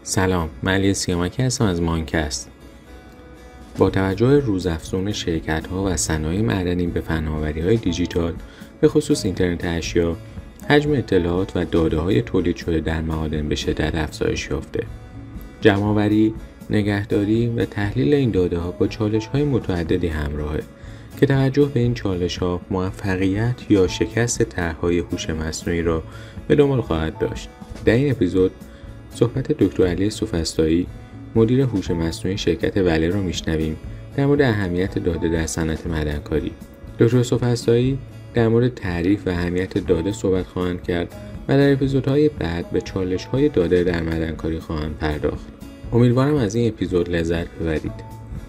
سلام، من علی سیامکی هستم از مانکست. با توجه روزافزون شرکت‌ها و صنایع معدنی به فناوری‌های دیجیتال، به خصوص اینترنت اشیا، حجم اطلاعات و داده‌های تولید شده در معادن به شدت افزایش یافته. جمع‌آوری، نگهداری و تحلیل این داده‌ها با چالش‌های متعددی همراهه که توجه به این چالش‌ها موفقیت یا شکست طرح‌های هوش مصنوعی را به دنبال خواهد داشت. در این اپیزود صحبت دکتر علی سوفسطایی، مدیر هوش مصنوعی شرکت وله را میشنویم در مورد اهمیت داده در صنعت معدنکاری. دکتر سوفسطایی در مورد تعریف و اهمیت داده صحبت خواهند کرد و در اپیزودهای بعد به چالش‌های داده در معدنکاری خواهند پرداخت. امیدوارم از این اپیزود لذت ببرید.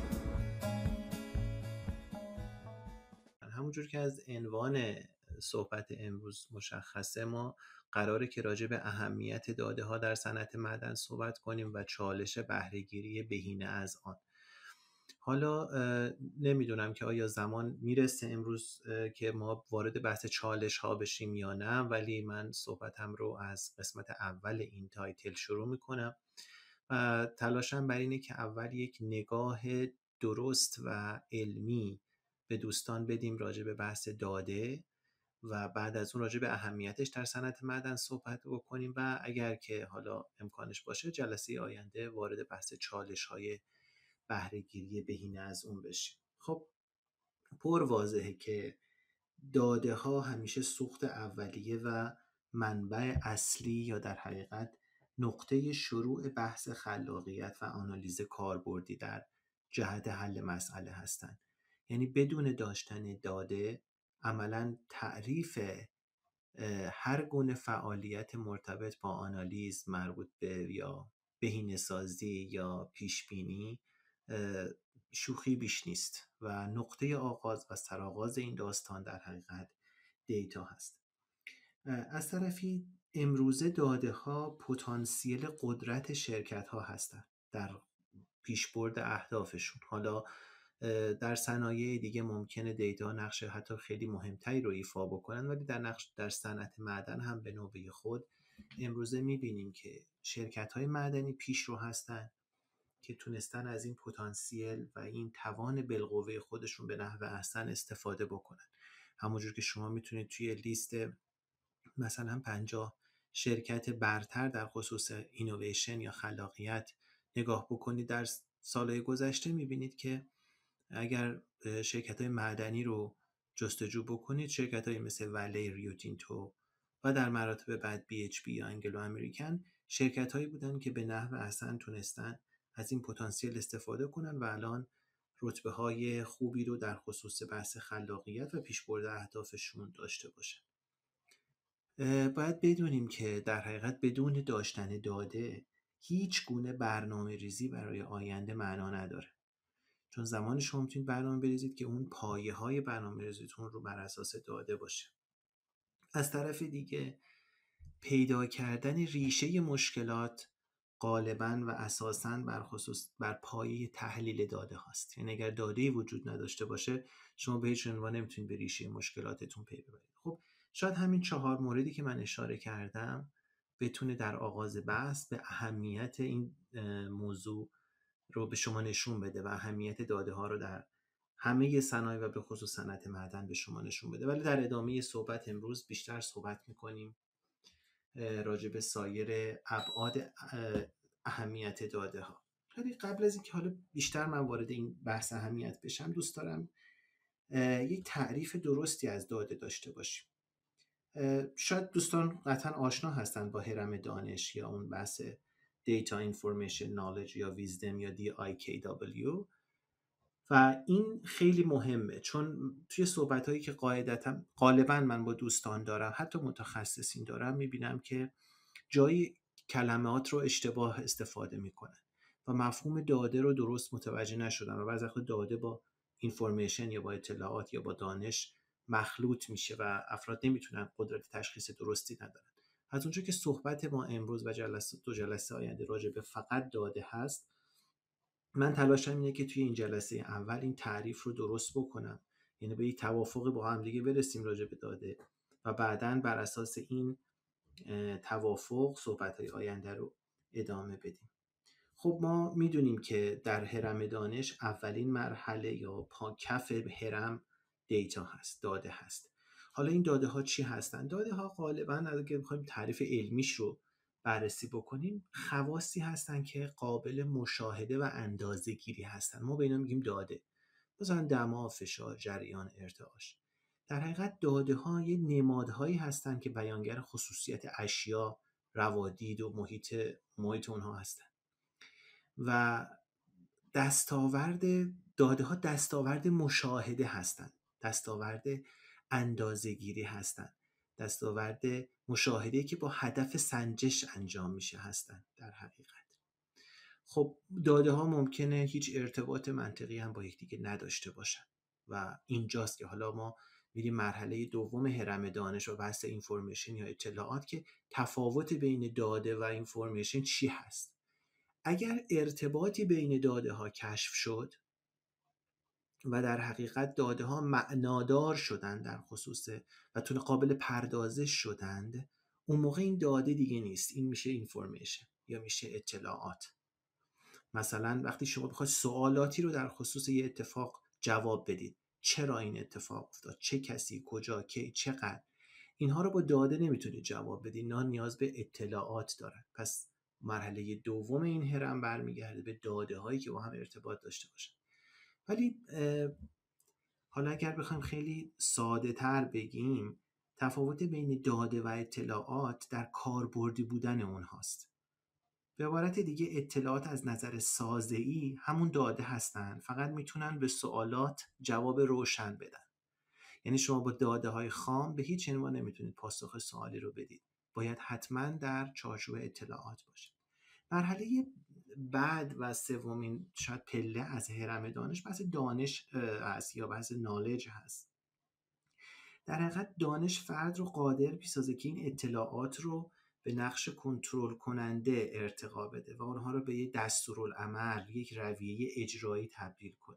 همونجور که از عنوان صحبت امروز مشخصه، ما قراره که راجع به اهمیت داده ها در صنعت معدن صحبت کنیم و چالش بهره‌گیری بهینه از آن. حالا نمیدونم که آیا زمان میرسه امروز که ما وارد بحث چالش ها بشیم یا نه، ولی من صحبتم رو از قسمت اول این تایتل شروع میکنم و تلاشم بر اینه که اول یک نگاه درست و علمی به دوستان بدیم راجع به بحث داده و بعد از اون راجع به اهمیتش در صنعت معدن صحبت بکنیم و اگر که حالا امکانش باشه جلسه آینده وارد بحث چالش های بهره‌گیری بهینه از اون بشیم. خب پر واضحه که داده ها همیشه سوخت اولیه و منبع اصلی یا در حقیقت نقطه شروع بحث خلاقیت و آنالیز کاربردی در جهت حل مسئله هستند. یعنی بدون داشتن داده عملاً تعریف هر گونه فعالیت مرتبط با آنالیز مربوط به یا بهینه‌سازی یا پیشبینی شوخی بیش نیست و نقطه آغاز و سرآغاز این داستان در حقیقت دیتا هست. از طرفی امروزه داده ها پتانسیل قدرت شرکت ها هستند در پیشبرد اهدافشون. حالا در صنایع دیگه ممکنه دیتا نقش حتی خیلی مهمتری رو ایفا بکنن، ولی در صنعت معدن هم به نوبه خود امروزه میبینیم که شرکت های معدنی پیشرو هستن که تونستن از این پتانسیل و این توان بالقوه خودشون به نحو احسن استفاده بکنن. همونجور که شما میتونید توی لیست مثلا 50 شرکت برتر در خصوص اینویشن یا خلاقیت نگاه بکنید در سالهای گذشته، میبینید که اگر شرکت‌های معدنی رو جستجو بکنید، شرکت‌های مثل وله، ریو تینتو و در مراتب بعد BHP یا انگلو امریکن شرکت‌هایی بودن که به نحو احسن تونستن از این پتانسیل استفاده کنن و الان رتبه‌های خوبی رو در خصوص بحث خلاقیت و پیشبرد اهدافشون داشته باشن. باید بدونیم که در حقیقت بدون داشتن داده هیچ گونه برنامه ریزی برای آینده معنا نداره. چون زمان شما میتونید برنامه بریزید که اون پایه های برنامه ریزیتون رو بر اساس داده باشه. از طرف دیگه پیدا کردن ریشه مشکلات غالباً و اساساً بر پایه تحلیل داده هاست. یعنی اگر داده‌ای وجود نداشته باشه، شما به هیچ عنوان نمیتونید به ریشه مشکلاتتون پی ببرید. خب شاید همین 4 موردی که من اشاره کردم بتونه در آغاز بحث به اهمیت این موضوع رو به شما نشون بده و اهمیت داده ها رو در همه صنایع و به خصوص صنعت معدن به شما نشون بده. ولی در ادامه صحبت امروز بیشتر صحبت می‌کنیم راجع به سایر ابعاد اهمیت داده ها. ولی قبل از اینکه حالا بیشتر من وارد این بحث اهمیت بشم، دوست دارم یک تعریف درستی از داده داشته باشیم. شاید دوستان قطعا آشنا هستند با هرم دانش یا اون بحث Data Information Knowledge یا Wisdom یا DIKW و این خیلی مهمه، چون توی صحبت‌هایی که غالباً من با دوستان دارم، حتی متخصصین دارم، میبینم که جایی کلمات رو اشتباه استفاده میکنن و مفهوم داده رو درست متوجه نشدن و بعضی وقت داده با اینفورمیشن یا با اطلاعات یا با دانش مخلوط میشه و افراد نمیتونن قدرت تشخیص درستی ندارن. از اونجا که صحبت ما امروز و دو جلسه آینده راجع به فقط داده هست، من تلاشم اینه که توی این جلسه اول این تعریف رو درست بکنم، یعنی به یک توافق با هم دیگه برسیم راجع به داده و بعداً بر اساس این توافق صحبت‌های آینده رو ادامه بدیم. خب ما میدونیم که در هرم دانش اولین مرحله یا کف هرم دیتا هست، داده هست. حالا این داده ها چی هستن؟ داده ها غالبا اگه بخوایم تعریف علمیش رو بررسی بکنیم، خواصی هستن که قابل مشاهده و اندازه گیری هستن. ما به اینا میگیم داده. مثلا دما، فشار، جریان، ارتعاش. در حقیقت داده ها یه نمادهایی هستن که بیانگر خصوصیت اشیا، روادید و محیط اونها هستن. و دستاورد داده ها دستاورد مشاهده هستند، دستاورد اندازه‌گیری هستند، دستاورد مشاهده که با هدف سنجش انجام میشه هستند در حقیقت. خب داده ها ممکنه هیچ ارتباط منطقی هم با یکدیگه نداشته باشن و اینجاست که حالا ما میریم مرحله دوم هرم دانش و بحث اینفورمیشن یا اطلاعات، که تفاوت بین داده و اینفورمیشن چی هست. اگر ارتباطی بین داده ها کشف شد و در حقیقت داده ها معنادار شدند در خصوص و تون قابل پردازش شدند، اون موقع این داده دیگه نیست، این میشه اینفورمیشن یا میشه اطلاعات. مثلا وقتی شما بخواید سوالاتی رو در خصوص یه اتفاق جواب بدید، چرا این اتفاق افتاد، چه کسی، کجا، کی، چقدر، اینها رو با داده نمیتونید جواب بدید، اینا نیاز به اطلاعات دارن. پس مرحله دوم این هرم برمیگرده به داده هایی که با هم ارتباط داشته باشن. ولی حالا اگر بخوایم خیلی ساده تر بگیم، تفاوت بین داده و اطلاعات در کاربردی بودن اونهاست. به عبارت دیگه اطلاعات از نظر سازه‌ای همون داده هستن، فقط میتونن به سوالات جواب روشن بدن. یعنی شما با داده های خام به هیچ عنوان نمیتونید پاسخ سوالی رو بدید، باید حتما در چارچوب اطلاعات باشه. مرحله بعد و سومین شاید پله از هرم دانش بحث دانش هست یا بحث نالج هست. در حقیقت دانش فرد رو قادر می‌سازه که این اطلاعات رو به نقش کنترل کننده ارتقا بده و اونها رو به یک دستورالعمل، یک رویه اجرایی تبدیل کنه.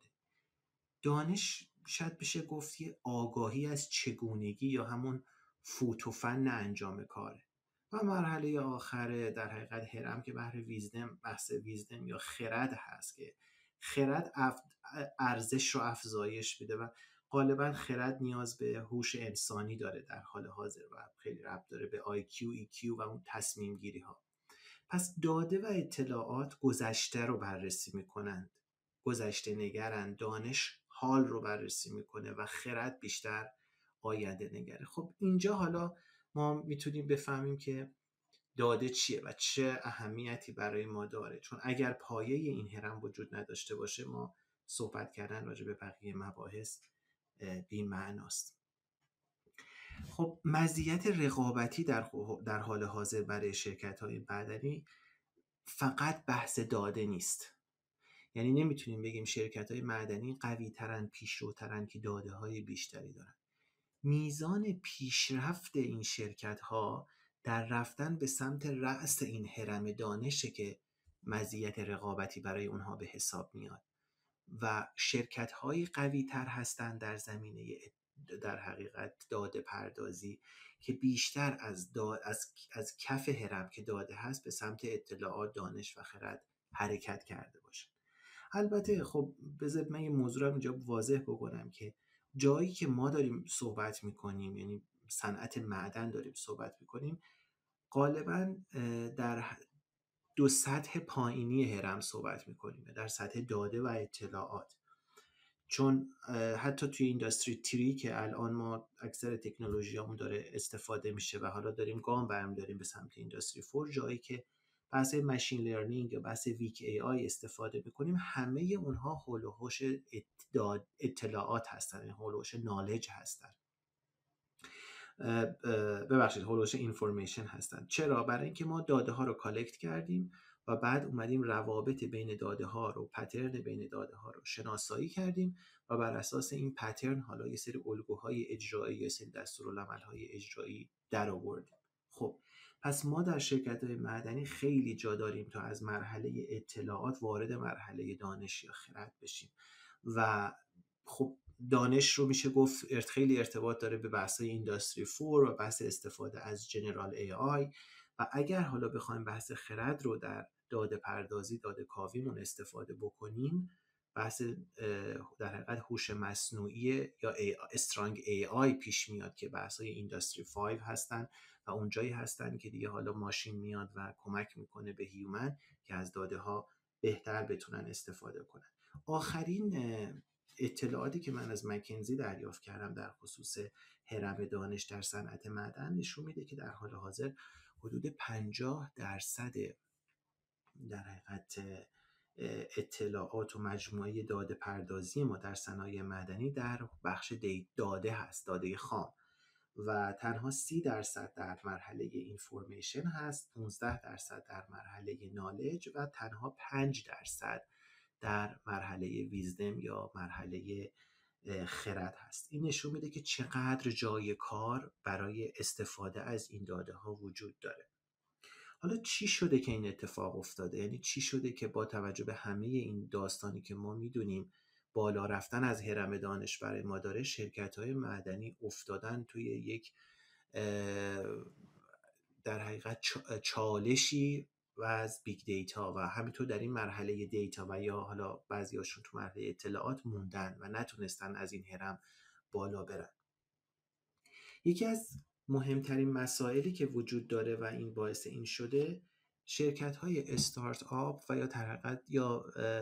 دانش شاید بشه گفت یه آگاهی از چگونگی یا همون فوت و فن انجام کاره. و مرحله آخره در حقیقت هرم که بحث ویزدم یا خرد هست که خرد ارزش رو افزایش بده و غالبا خرد نیاز به هوش انسانی داره در حال حاضر و خیلی ربط داره به IQ، EQ و اون تصمیم گیری ها. پس داده و اطلاعات گذشته رو بررسی میکنند، گذشته نگرند. دانش حال رو بررسی میکنه و خرد بیشتر آینده نگره. خب اینجا حالا ما میتونیم بفهمیم که داده چیه و چه اهمیتی برای ما داره، چون اگر پایه این هرم وجود نداشته باشه ما صحبت کردن راجع به بقیه مباحث بی معناست. خب مزیت رقابتی در حال حاضر برای شرکت‌های معدنی فقط بحث داده نیست. یعنی نمیتونیم بگیم شرکت‌های معدنی قوی‌ترن، پیشروترن که داده‌های بیشتری دارن. میزان پیشرفت این شرکت‌ها در رفتن به سمت رأس این هرم دانشه که مزیت رقابتی برای اونها به حساب میاد و شرکت‌های قوی‌تر هستند در زمینه در حقیقت داده پردازی که بیشتر از کف هرم که داده هست به سمت اطلاعات، دانش و خرد حرکت کرده باشه. البته خب بذارید من یه موضوع رو اینجا واضح بکنم که جایی که ما داریم صحبت میکنیم، یعنی صنعت معدن داریم صحبت میکنیم، غالبا در دو سطح پایینی هرم صحبت میکنیم، در سطح داده و اطلاعات. چون حتی توی اینداستری 3 که الان ما اکثر تکنولوژیامون داره استفاده میشه و حالا داریم گام برمی‌داریم به سمت اینداستری 4، جایی که بحث ماشین لرنینگ یا بحث ویک ای آی استفاده میکنیم، همه اونها حول و حوش اطلاعات هستن، یعنی حول و حوش نالج هستن، ببخشید حول و حوش اینفورمیشن هستن. چرا؟ برای اینکه ما داده ها رو کالکت کردیم و بعد اومدیم روابط بین داده ها رو، پترن بین داده ها رو شناسایی کردیم و بر اساس این پترن حالا یه سری الگوهای اجرایی، یه سری دستورالعمل‌های اجرایی در آوردیم. خب پس ما در شرکت‌های معدنی خیلی جا داریم تا از مرحله اطلاعات وارد مرحله دانش یا خرد بشیم و خب دانش رو میشه گفت خیلی ارتباط داره به بحث‌های اینداستری 4 و بحث استفاده از جنرال ای آی. و اگر حالا بخوایم بحث خرد رو در داده پردازی، داده کاویمون استفاده بکنیم، بحث در حقیقت هوش مصنوعی یا استرانگ ای آی پیش میاد که بحث‌های اینداستری 5 هستن و اونجایی هستن که دیگه حالا ماشین میاد و کمک میکنه به هیومن که از داده ها بهتر بتونن استفاده کنن. آخرین اطلاعاتی که من از مکنزی دریافت کردم در خصوص هرم دانش در صنعت معدن نشون میده که در حال حاضر حدود 50% در حقیقت اطلاعات و مجموعه داده پردازی ما در صنایع معدنی در بخش داده هست، داده خام، و تنها 30% در مرحله اینفورمیشن هست، 15% در مرحله نالج و تنها 5% در مرحله ویزدم یا مرحله خرد هست. این نشون میده که چقدر جای کار برای استفاده از این داده ها وجود داره. حالا چی شده که این اتفاق افتاده؟ یعنی چی شده که با توجه به همه این داستانی که ما میدونیم بالا رفتن از هرم دانش برای ما داره، شرکت‌های معدنی افتادن توی یک در حقیقت چالشی و از بیگ دیتا و همینطور در این مرحله دیتا و یا حالا بعضیاشون تو مرحله اطلاعات موندن و نتونستن از این هرم بالا برن. یکی از مهمترین مسائلی که وجود داره و این باعث این شده، شرکت‌های استارت آپ و یا ترقیات یا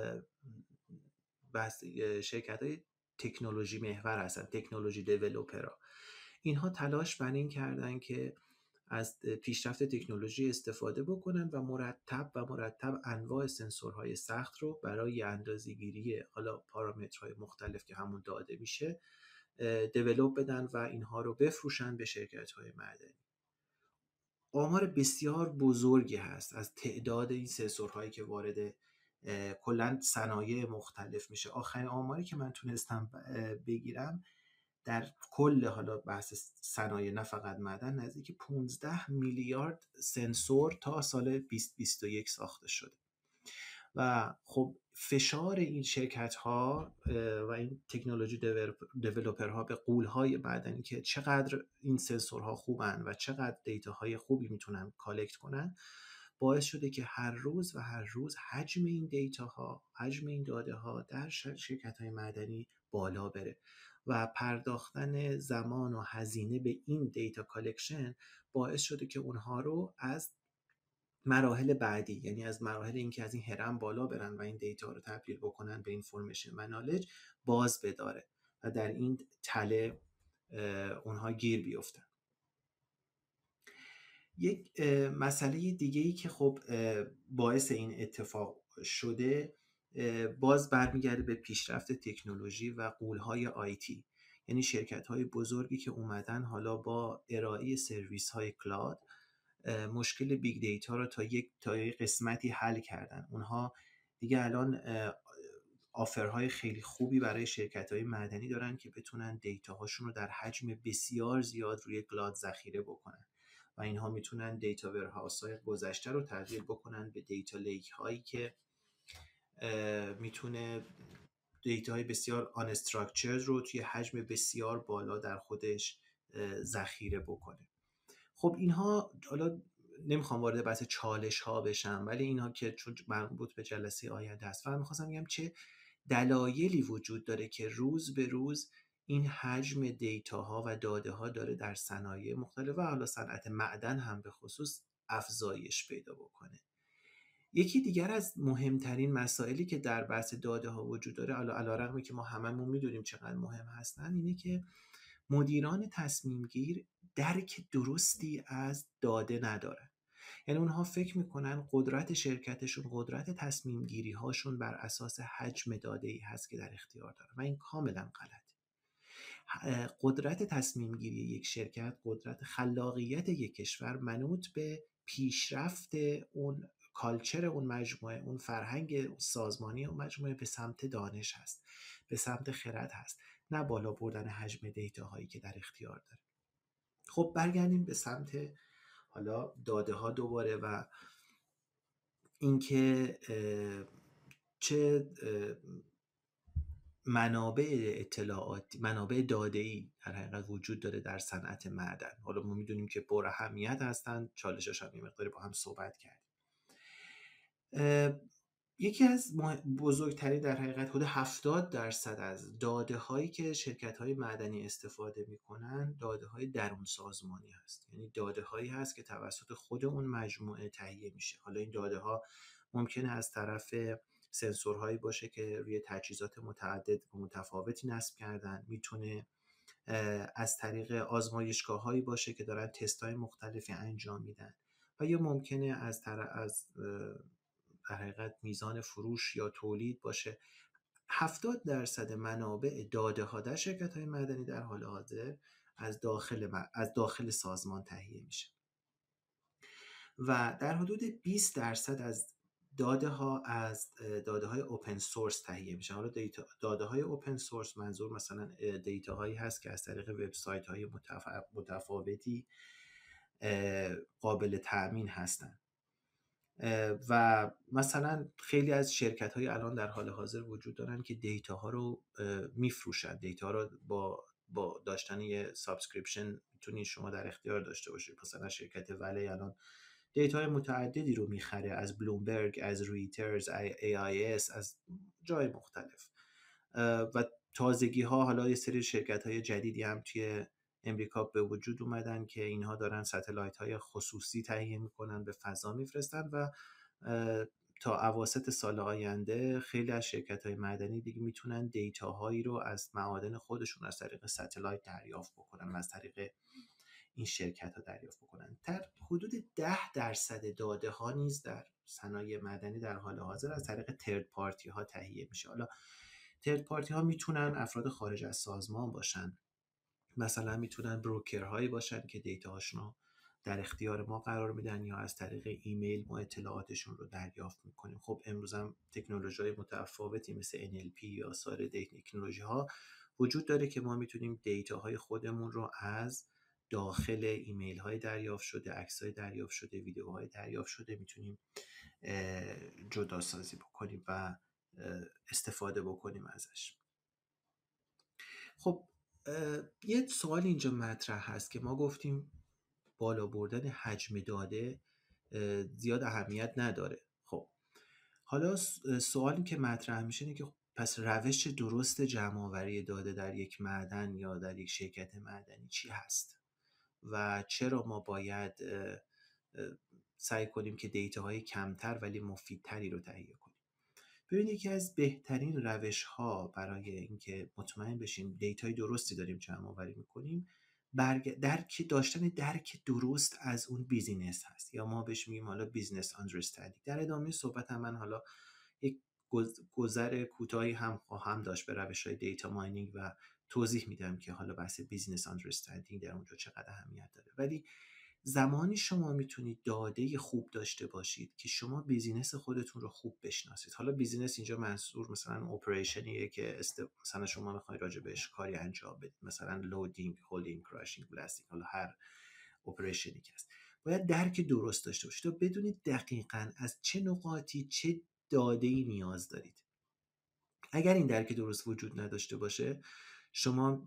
شرکت‌های تکنولوژی محور هستن، تکنولوژی دیولپرها. اینها تلاش بر این کردن که از پیشرفت تکنولوژی استفاده بکنن و مرتب انواع سنسورهای سخت رو برای اندازه‌گیری حالا پارامترهای مختلف که همون داده میشه دیولپ بدن و اینها رو بفروشن به شرکت‌های معدنی. آمار بسیار بزرگی هست از تعداد این سنسورهایی که وارد کلاً صنایع مختلف میشه. آخرین آماری که من تونستم بگیرم در کل حالا بحث صنایع نه فقط معدن نزدیک 15 میلیارد سنسور تا سال 2021 ساخته شده و خب فشار این شرکت ها و این تکنولوژی دیولپرها به غول‌های معدنی که چقدر این سنسورها خوبن و چقدر دیتاهای خوبی میتونن کالکت کنن باعث شده که هر روز حجم این دیتاها، حجم این داده ها در شرکت های معدنی بالا بره و پرداختن زمان و هزینه به این دیتا کالکشن باعث شده که اونها رو از مراحل بعدی، یعنی از مراحل اینکه از این هرم بالا برن و این دیتا رو تبدیل بکنن به اینفورمیشن و نالج باز بداره و در این تله اونها گیر بیفتن. یک مسئله دیگه‌ای که خب باعث این اتفاق شده باز برمیگرده به پیشرفت تکنولوژی و غول‌های آیتی، یعنی شرکت‌های بزرگی که اومدن حالا با ارائه سرویس‌های کلاود مشکل بیگ دیتا رو تا یک قسمتی حل کردن. اونها دیگه الان آفرهای خیلی خوبی برای شرکت‌های معدنی دارن که بتونن دیتاهاشون رو در حجم بسیار زیاد روی کلاود ذخیره بکنن و اینها میتونن دیتا ورهاوس‌های گذشته رو تبدیل بکنن به دیتا لیک هایی که میتونه دیتاهای بسیار آن استراکچرد رو توی حجم بسیار بالا در خودش ذخیره بکنه. خب اینها حالا نمیخوام وارد بحث چالش ها بشم، ولی اینها که چون مربوط به جلسه آینده است و میخواستم بگم چه دلایلی وجود داره که روز به روز این حجم دیتا ها و داده ها داره در صنایع مختلف و حالا صنعت معدن هم به خصوص افزایش پیدا بکنه. یکی دیگر از مهمترین مسائلی که در بحث داده ها وجود داره، علی‌رغم که ما هممون میدونیم چقدر مهم هستن، اینه که مدیران تصمیم گیر درک درستی از داده ندارن. یعنی اونها فکر میکنن قدرت شرکتشون، قدرت تصمیم گیری هاشون بر اساس حجم داده ای هست که در اختیار داره و این کاملا غلط. قدرت تصمیم گیری یک شرکت، قدرت خلاقیت یک کشور منوط به پیشرفت اون کالچر اون مجموعه، اون فرهنگ سازمانی اون مجموعه به سمت دانش هست، به سمت خرد هست، نه بالا بردن حجم دیتا هایی که در اختیار داره. خب برگردیم به سمت حالا داده ها دوباره و اینکه چه منابع اطلاعاتی، منابع داده‌ای در حقیقت وجود داره در صنعت معدن. حالا ما میدونیم که پر اهمیت هستن، چالشش هم یه مقداری با هم صحبت کردیم. یکی از بزرگترین در حقیقت حدود 70% از داده هایی که شرکت های معدنی استفاده میکنن داده های درون سازمانی هست. یعنی داده هایی هست که توسط خود اون مجموعه تهیه میشه. حالا این داده ها ممکنه از طرف سنسورهایی باشه که روی تجهیزات متعدد و متفاوتی نصب کردن، میتونه از طریق آزمایشگاه هایی باشه که دارن تست های مختلفی انجام میدن، و یا ممکنه از در حقیقت میزان فروش یا تولید باشه. 70% منابع داده ها در شرکت های معدنی در حال حاضر از داخل سازمان تهیه میشه و در حدود 20% از داده ها از داده های اوپن سورس تهیه میشه. حالا داده های اوپن سورس منظور مثلا دیتا هایی هست که از طریق وبسایت های متفاوتی قابل تأمین هستن و مثلا خیلی از شرکت های الان در حال حاضر وجود دارن که دیتا ها رو میفروشن. دیتا رو با داشتن یه سابسکریپشن میتونید شما در اختیار داشته باشید. مثلا شرکت ولی الان دیتا های متعددی رو میخره از بلومبرگ، از رویترز، AIS، از جای مختلف و تازگی ها حالا یه سری شرکت های جدیدی هم توی امریکا به وجود اومدن که اینها دارن ستلایت های خصوصی تهیه میکنن، به فضا میفرستن و تا اواسط سال آینده خیلی از شرکت های معدنی دیگه میتونن دیتا هایی رو از معادن خودشون از طریق ستلایت دریافت بکنن و از طریق این شرکت ها دریافت بکنن. در حدود 10% داده ها نیز در صنایع معدنی در حال حاضر از طریق ترد پارتی ها تهیه میشه. حالا ترد پارتی ها میتونن افراد خارج از سازمان باشن، مثلا میتونن بروکرهایی باشن که دیتا هاشون رو در اختیار ما قرار میدن یا از طریق ایمیل ما اطلاعاتشون رو دریافت میکنیم. خب امروز هم تکنولوژی متفاوتی مثل NLP یا سایر تکنولوژی ها وجود داره که ما میتونیم دیتا های خودمون رو از داخل ایمیل های دریافت شده، عکس های دریافت شده، ویدیوهای دریافت شده میتونیم جدا سازی بکنیم و استفاده بکنیم ازش. خب یه سوال اینجا مطرح هست که ما گفتیم بالا بردن حجم داده زیاد اهمیت نداره. خب حالا سوالی که مطرح میشه اینه که پس روش درست جمع آوری داده در یک معدن یا در یک شرکت معدنی چی هست و چرا ما باید سعی کنیم که دیتاهای کمتر ولی مفیدتری رو تهیه کنیم؟ ببینید یکی از بهترین روش‌ها برای اینکه مطمئن بشیم دیتای درستی داریم جمع آوری می‌کنیم داشتن درک درست از اون بیزینس هست، یا ما بهش میگیم حالا بیزنس آندرستندینگ. در ادامه صحبت من حالا یک گذر کوتاهی هم خواهم داشت به روش‌های دیتا ماینینگ و توضیح میدم که حالا بحث بیزنس آندرستندینگ در اونجا چقدر اهمیت داره. ولی زمانی شما میتونید داده خوب داشته باشید که شما بیزینس خودتون رو خوب بشناسید. حالا بیزینس اینجا منظور مثلا اپریشنیه که مثلا شما میخواید راجع بهش کاری انجام بدید، مثلا لودینگ، هولینگ، کراشینگ، بلاستینگ، حالا هر اپریشنی که هست. باید درک درست داشته باشید و بدونید دقیقاً از چه نقاطی چه داده‌ای نیاز دارید. اگر این درک درست وجود نداشته باشه، شما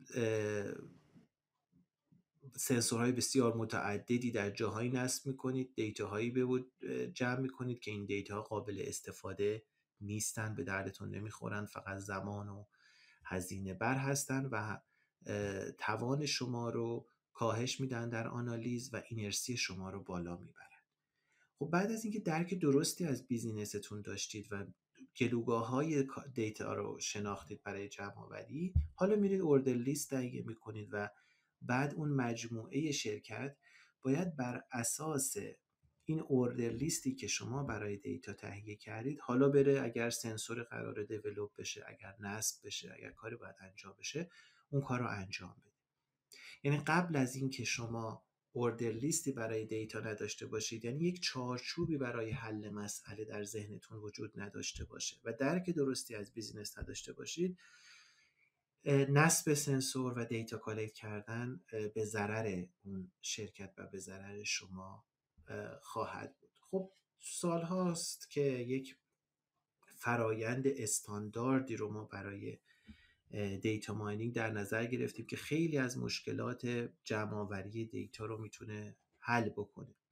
سنسورهای بسیار متعددی در جاهایی نصب میکنید، دیتاهایی جمع میکنید که این دیتا قابل استفاده نیستن، به دردتون نمیخورن، فقط زمان و هزینه بر هستن و توان شما رو کاهش میدن در آنالیز و اینرسی شما رو بالا میبرن. خب بعد از اینکه درک درستی از بیزینستون داشتید و گلوگاه‌های دیتا رو شناختید برای جمع آوری، حالا میرید اوردر لیست تهیه میکنید و بعد اون مجموعه شرکت باید بر اساس این اوردر لیستی که شما برای دیتا تهیه کردید حالا بره اگر سنسور قراره دیولپ بشه، اگر نصب بشه، اگر کاری باید انجام بشه، اون کار رو انجام بده. یعنی قبل از این که شما اوردر لیستی برای دیتا نداشته باشید، یعنی یک چارچوبی برای حل مسئله در ذهنتون وجود نداشته باشه و درک درستی از بیزینس نداشته باشید، نصب سنسور و دیتا کالکت کردن به ضرر اون شرکت و به ضرر شما خواهد بود. خب سال هاست که یک فرایند استانداردی رو ما برای دیتا ماینینگ در نظر گرفتیم که خیلی از مشکلات جمع آوری دیتا رو میتونه حل بکنه.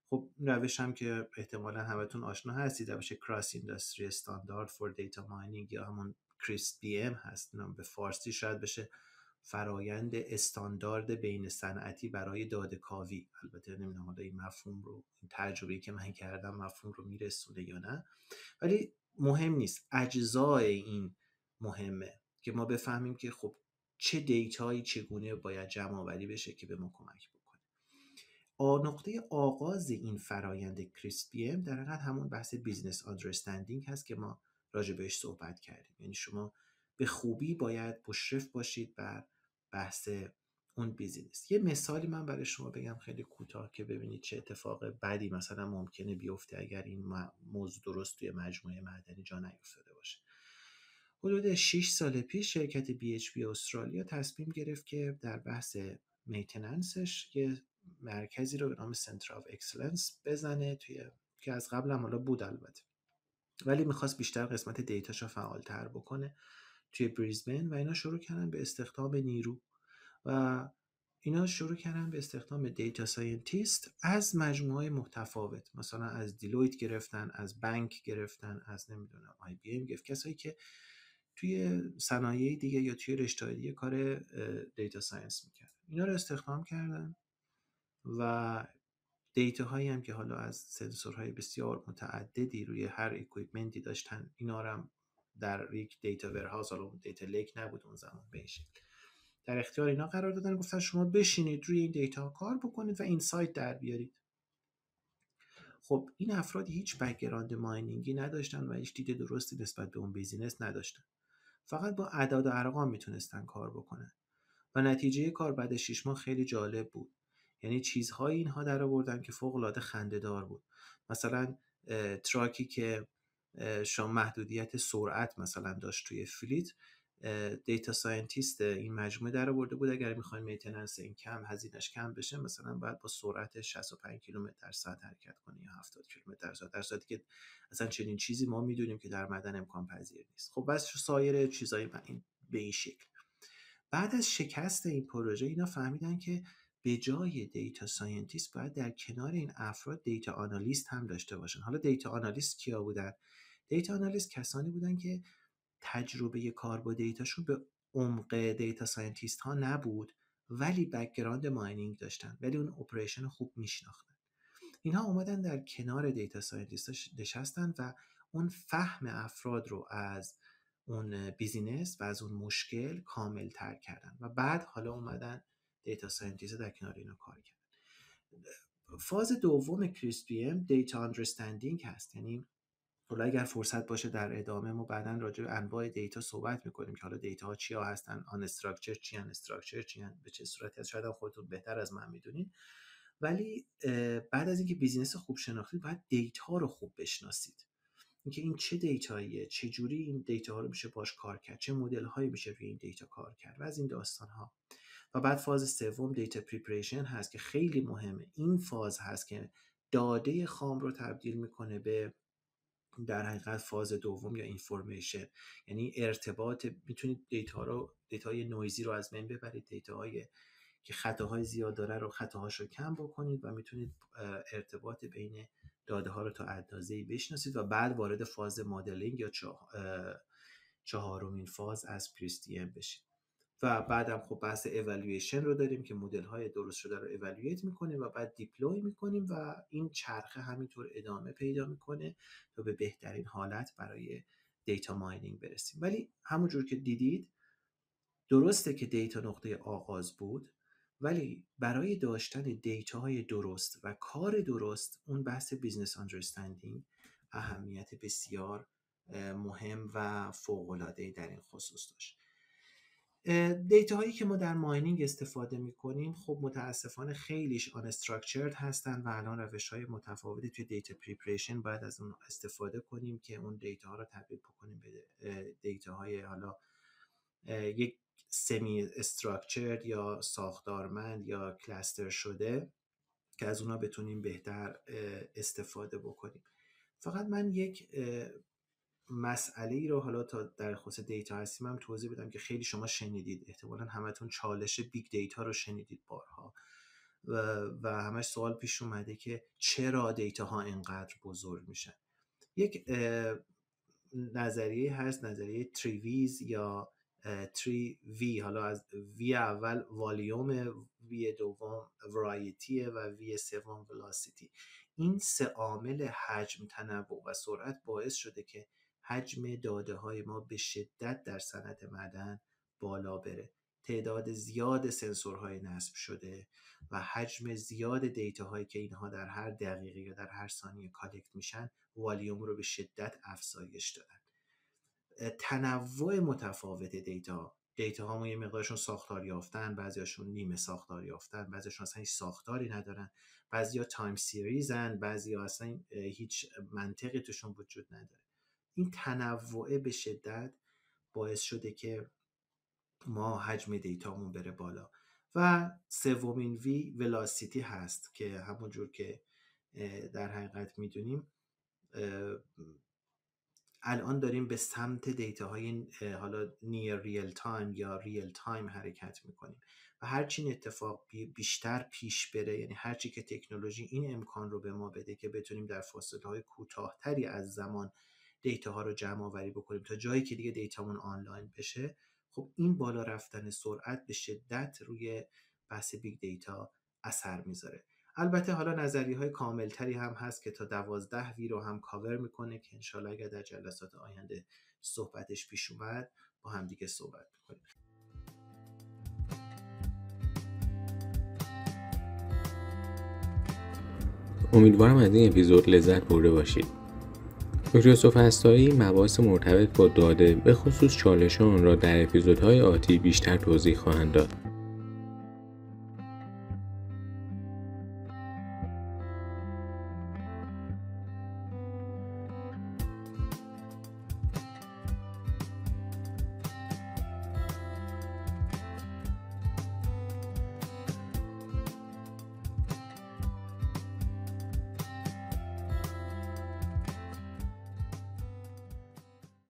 خب روش هم که احتمالا همتون آشنا هستید، روش کراس اینداستری استاندارد فور دیتا ماینینگ یا همون کریسپ بی ام هست. به فارسی شاید بشه فرایند استاندارد بین صنعتی برای داده کاوی. البته نمیدونم حالا این مفهوم رو، این تجربه‌ای که من کردم مفهوم رو میرسونه یا نه، ولی مهم نیست. اجزای این مهمه که ما بفهمیم که خب چه دیتایی چگونه باید جمع آوری بشه که به ما کمک بکنه. نقطه آغاز این فرایند کریسپ بی ام در حقیقت همون بحث بیزنس آندرستندینگ هست که ما راجع بهش صحبت کردیم. یعنی شما به خوبی باید مشرف باشید بر بحث اون بیزینس. یه مثالی من برای شما بگم خیلی کوتاه که ببینید چه اتفاق بدی مثلا ممکنه بیفته اگر این موضوع درست توی مجموعه معدنی جا نیفتاده باشه. حدود 6 سال پیش شرکت BHP استرالیا تصمیم گرفت که در بحث میتیننسش یه مرکزی رو به نام سنتر آف اکسلنس بزنه توی، که از قبل هم حالا بود البته، ولی میخواست بیشتر قسمت دیتاش رو فعالتر بکنه توی بریزبن. و اینا شروع کردن به استخدام نیرو و اینا شروع کردن به استخدام دیتا ساینتیست از مجموعه متفاوت، مثلا از دیلویت گرفتن، از بانک گرفتن، از نمیدونم IBM گرفت، کسایی که توی صنایع دیگه یا توی رشته‌های دیگه کار دیتا ساینس میکردن. اینا رو استخدام کردن و دیتا هایی هم که حالا از سنسورهای بسیار متعددی روی هر اکویپمنتی داشتن، اینا رو هم در یک دیتا ورهاوس، حالا اون دیتا لیک نبود اون زمان، به این شکل در اختیار اینا قرار دادن. گفتن شما بشینید روی این دیتا کار بکنید و اینسایت در بیارید. خب این افراد هیچ بک‌گراند ماینینگی نداشتن و هیچ دید درستی نسبت به اون بیزینس نداشتن، فقط با اعداد و ارقام میتونستن کار بکنن و نتیجه کار بعد 6 ماه خیلی جالب بود. یعنی چیزهای اینها در آوردن که فوق العاده خنده‌دار بود. مثلا تراکی که شما محدودیت سرعت مثلا داشت توی فلیت، دیتا ساینتیست این مجموعه در آورده بود اگر میخواین میتیننس این کم، هزینه‌اش کم بشه، مثلا باید با سرعت 65 کیلومتر در ساعت حرکت کنه یا 70 کیلومتر در ساعت، در صورتی که اصلا چنین چیزی ما میدونیم که در معدن امکان پذیر نیست. خب بس سایر چیزای به این شکل. بعد از شکست این پروژه اینا فهمیدن که به جای دیتا ساینتیست باید در کنار این افراد دیتا آنالیست هم داشته باشن. حالا دیتا آنالیست کیا بودن؟ دیتا آنالیست کسانی بودن که تجربه کار با دیتاشون به عمق دیتا ساینتیست ها نبود، ولی بک‌گراند ماینینگ داشتن، ولی اون اپریشن خوب میشناختن. اینها اومدن در کنار دیتا ساینتیست ها نشستن و اون فهم افراد رو از اون بیزینس و از اون مشکل کامل تر کردن و بعد حالا اومدن دیتا ساینتیست در کنار اینا کار کردن. فاز دوم کریسپ بی ام دیتا اندرستندینگ هست. یعنی حالا اگر فرصت باشه در ادامه ما بعداً راجع به انواع دیتا صحبت میکنیم که حالا دیتا ها چیا هستن، آن استراکچر چی ان، استراکچر چی ان، به چه صورتی هست، شاید هم خودتون بهتر از من میدونین. ولی بعد از اینکه بیزینس خوب شناختید باید دیتا رو خوب بشناسید، اینکه این چه دیتاییه، چه جوری این دیتا ها رو میشه باش کار کرد، چه مدل هایی میشه روی این دیتا کار کرد و از این داستان ها. و بعد فاز سوم دیتا پریپریشن هست که خیلی مهمه. این فاز هست که داده خام رو تبدیل میکنه به در حقیقت فاز دوم یا اینفورمیشن. یعنی ارتباط، میتونید دیتاهای نویزی رو از بین ببرید، دیتاهای که خطاهای زیاد داره رو خطاهاش رو کم بکنید و میتونید ارتباط بین داده ها رو تا اندازه‌ای بشناسید و بعد وارد فاز مدلینگ یا چهارمین فاز از پریستی ام بشید. و بعدم خب بحث اِوالویشن رو داریم که مدل های درست شده رو اِوالویت میکنیم و بعد دیپلوی میکنیم و این چرخه همینطور ادامه پیدا میکنه تا به بهترین حالت برای دیتا ماینینگ برسیم. ولی همونجور که دیدید درسته که دیتا نقطه آغاز بود، ولی برای داشتن دیتاهای درست و کار درست اون بحث بیزنس آندرستندینگ اهمیت بسیار مهم و فوق‌العاده‌ای در این خصوص داشت. دیتا هایی که ما در ماینینگ استفاده می کنیم خب متاسفانه خیلیش آن استراکچرد هستن و الان روش های متفاوتی توی دیتا پریپریشن باید از اون استفاده کنیم که اون دیتا ها رو تبدیل بکنیم به دیتا های حالا یک سمی استراکچرد یا ساختارمند یا کلستر شده که از اونها بتونیم بهتر استفاده بکنیم. فقط من یک مسئله ای رو حالا تا در خصوص دیتا هستیم هم توضیح بدم که خیلی شما شنیدید، احتمالاً همتون چالش بیگ دیتا رو شنیدید بارها و همش سوال پیش اومده که چرا دیتاها اینقدر بزرگ میشن. یک نظریه هست، نظریه تریویز یا 3V، حالا از V اول والیوم، V دوم ورایتیه و V سوم ولاسیتی. این سه عامل حجم، تنوع و سرعت باعث شده که حجم داده های ما به شدت در صنعت معدن بالا بره. تعداد زیاد سنسورهای نصب شده و حجم زیاد دیتاهایی که اینها در هر دقیقه یا در هر ثانیه کالکت میشن والیوم رو به شدت افزایش دادن. تنوع متفاوت دیتاها یه مقدارشون ساختار یافتن، بعضیاشون نیمه ساختار یافتن، بعضیاشون اصلا هیچ ساختاری ندارن، بعضیا تایم سیریزن، بعضیا اصلا هیچ منطقی توشون وجود نداره. این تنوع به شدت باعث شده که ما حجم دیتامون بره بالا. و سومین وی ولاسیتی هست که همونجور که در حقیقت میدونیم الان داریم به سمت دیتاهای حالا نیر ریل تایم یا ریل تایم حرکت میکنیم و هرچی این اتفاق بیشتر پیش بره، یعنی هرچی که تکنولوژی این امکان رو به ما بده که بتونیم در فاصله‌های کوتاه‌تری از زمان دیتاها رو جمع آوری بکنیم تا جایی که دیگه دیتامون آنلاین بشه، خب این بالا رفتن سرعت به شدت روی بحث بیگ دیتا اثر میذاره. البته حالا نظریه‌های کاملتری هم هست که تا 12 وی رو هم کاور میکنه که انشالله اگر در جلسات آینده صحبتش پیش اومد با هم دیگه صحبت میکنیم. امیدوارم از این اپیزود لذت برده باشید. دکتر یوسف هستایی مباحث مرتبط با داده به خصوص چالش آن را در اپیزودهای آتی بیشتر توضیح خواهند داد.